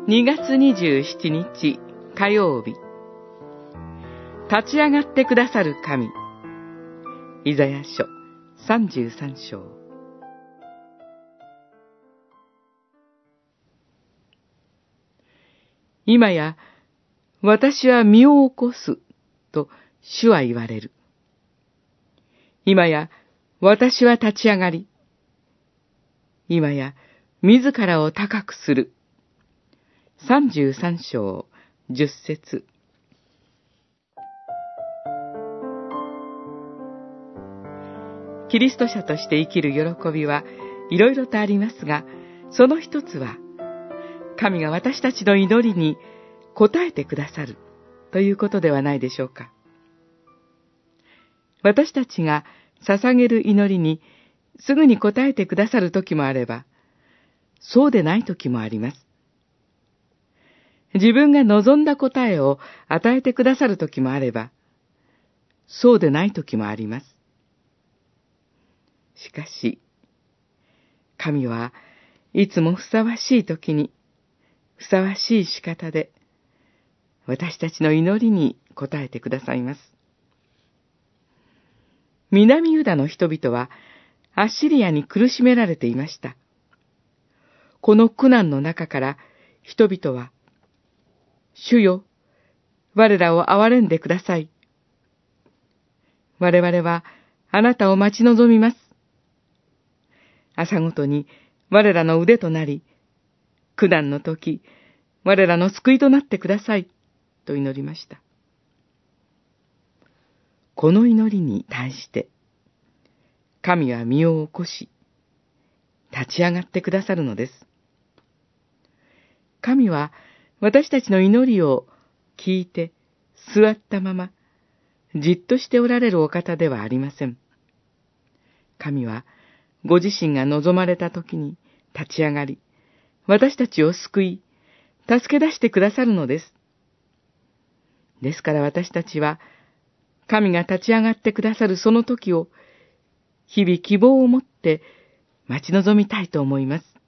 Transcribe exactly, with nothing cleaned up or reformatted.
にがつにじゅうしちにち火曜日、立ち上がってくださる神。イザヤ書さんじゅうさんしょう。今や私は身を起こすと主は言われる。今や私は立ち上がり、今や自らを高くする。さんじゅうさんしょうじゅっせつ。キリスト者として生きる喜びはいろいろとありますが、その一つは神が私たちの祈りに応えてくださるということではないでしょうか。私たちが捧げる祈りにすぐに応えてくださる時もあれば、そうでない時もあります。自分が望んだ答えを与えてくださる時もあれば、そうでない時もあります。しかし、神はいつもふさわしい時に、ふさわしい仕方で、私たちの祈りに応えてくださいます。南ユダの人々は、アッシリアに苦しめられていました。この苦難の中から人々は、主よ、我らを憐れんでください。我々はあなたを待ち望みます。朝ごとに我らの腕となり、苦難の時、我らの救いとなってください、と祈りました。この祈りに対して、神は身を起こし、立ち上がってくださるのです。神は私たちの祈りを聞いて座ったまま、じっとしておられるお方ではありません。神はご自身が望まれた時に立ち上がり、私たちを救い、助け出してくださるのです。ですから私たちは、神が立ち上がってくださるその時を、日々希望を持って待ち望みたいと思います。